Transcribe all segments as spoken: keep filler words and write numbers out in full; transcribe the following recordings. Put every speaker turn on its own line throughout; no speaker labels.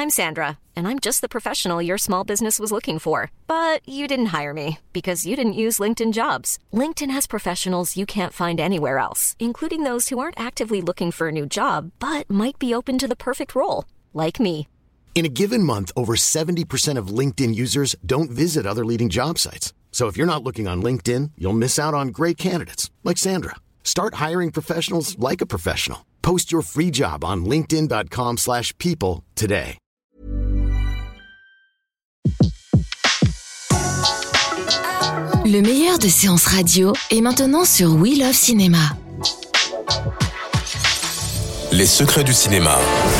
I'm Sandra, and I'm just the professional your small business was looking for. But you didn't hire me because you didn't use LinkedIn Jobs. LinkedIn has professionals you can't find anywhere else, including those who aren't actively looking for a new job, but might be open to the perfect role, like me.
In a given month, over seventy percent of LinkedIn users don't visit other leading job sites. So if you're not looking on LinkedIn, you'll miss out on great candidates like Sandra. Start hiring professionals like a professional. Post your free job on linkedin dot com slash people today.
Le meilleur de séances radio est maintenant sur We Love Cinéma.
Les secrets du cinéma.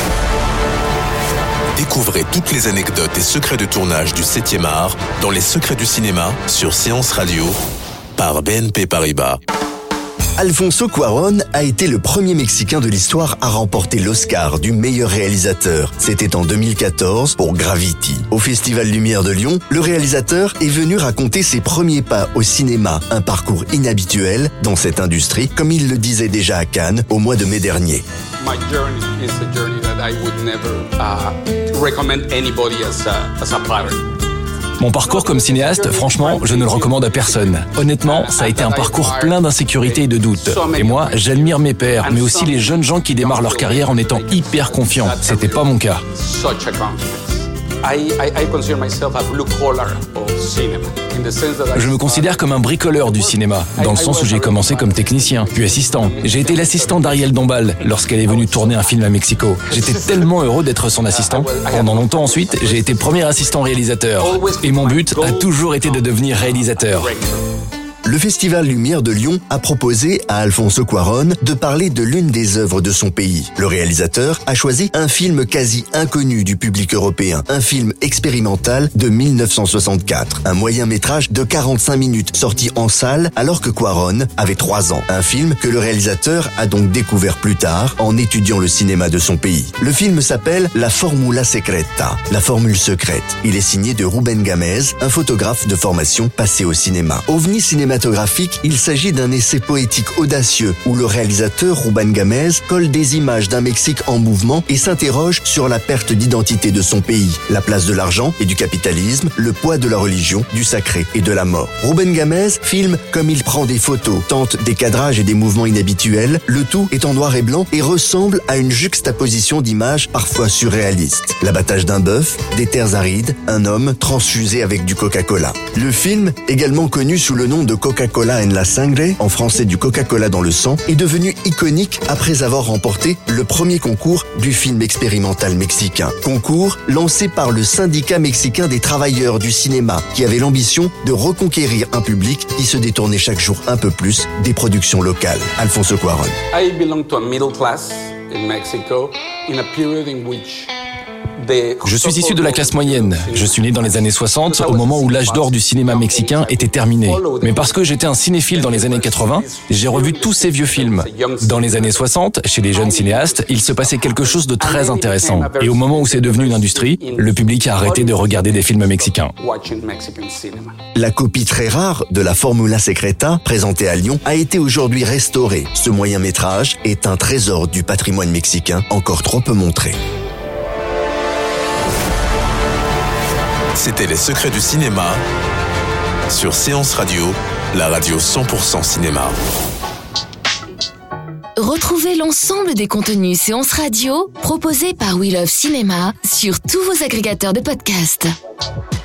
Découvrez toutes les anecdotes et secrets de tournage du septième art dans Les secrets du cinéma sur Séance Radio par B N P Paribas.
Alfonso Cuarón a été le premier Mexicain de l'histoire à remporter l'Oscar du meilleur réalisateur. C'était en deux mille quatorze pour Gravity. Au Festival Lumière de Lyon, le réalisateur est venu raconter ses premiers pas au cinéma, un parcours inhabituel dans cette industrie, comme il le disait déjà à Cannes au mois de mai dernier.
My journey is a journey that I would never uh, recommend anybody as a, as a parent.
Mon parcours comme cinéaste, franchement, je ne le recommande à personne. Honnêtement, ça a été un parcours plein d'insécurité et de doutes. Et moi, j'admire mes pairs, mais aussi les jeunes gens qui démarrent leur carrière en étant hyper confiants. C'était pas mon cas. Je me considère comme un bricoleur du cinéma, dans le sens où j'ai commencé comme technicien, puis assistant. J'ai été l'assistant d'Ariel Dombal lorsqu'elle est venue tourner un film à Mexico. J'étais tellement heureux d'être son assistant. Pendant longtemps ensuite, j'ai été premier assistant réalisateur. Et mon but a toujours été de devenir réalisateur.
Le Festival Lumière de Lyon a proposé à Alfonso Cuarón de parler de l'une des œuvres de son pays. Le réalisateur a choisi un film quasi inconnu du public européen, un film expérimental de mille neuf cent soixante-quatre, un moyen-métrage de quarante-cinq minutes sorti en salle alors que Cuarón avait trois ans. Un film que le réalisateur a donc découvert plus tard en étudiant le cinéma de son pays. Le film s'appelle La Fórmula Secreta, la formule secrète. Il est signé de Rubén Gámez, un photographe de formation passé au cinéma. OVNI cinématographique, il s'agit d'un essai poétique audacieux où le réalisateur Rubén Gámez colle des images d'un Mexique en mouvement et s'interroge sur la perte d'identité de son pays, la place de l'argent et du capitalisme, le poids de la religion, du sacré et de la mort. Rubén Gámez filme comme il prend des photos, tente des cadrages et des mouvements inhabituels, le tout est en noir et blanc et ressemble à une juxtaposition d'images parfois surréalistes. L'abattage d'un bœuf, des terres arides, un homme transfusé avec du Coca-Cola. Le film, également connu sous le nom de Coca-Cola en la sangre, en français du Coca-Cola dans le sang, est devenu iconique après avoir remporté le premier concours du film expérimental mexicain. Concours lancé par le syndicat mexicain des travailleurs du cinéma, qui avait l'ambition de reconquérir un public qui se détournait chaque jour un peu plus des productions locales. Alfonso Cuarón.
I belong to a middle class in Mexico in a period in which
Je suis issu de la classe moyenne. Je suis né dans les années soixante, au moment où l'âge d'or du cinéma mexicain était terminé. Mais parce que j'étais un cinéphile dans les années quatre-vingts, j'ai revu tous ces vieux films. Dans les années soixante, chez les jeunes cinéastes, il se passait quelque chose de très intéressant. Et au moment où c'est devenu une industrie, le public a arrêté de regarder des films mexicains.
La copie très rare de la Fórmula Secreta, présentée à Lyon, a été aujourd'hui restaurée. Ce moyen-métrage est un trésor du patrimoine mexicain, encore trop peu montré.
C'était Les secrets du cinéma sur Séance Radio, la radio cent pour cent cinéma.
Retrouvez l'ensemble des contenus Séance Radio proposés par We Love Cinéma sur tous vos agrégateurs de podcasts.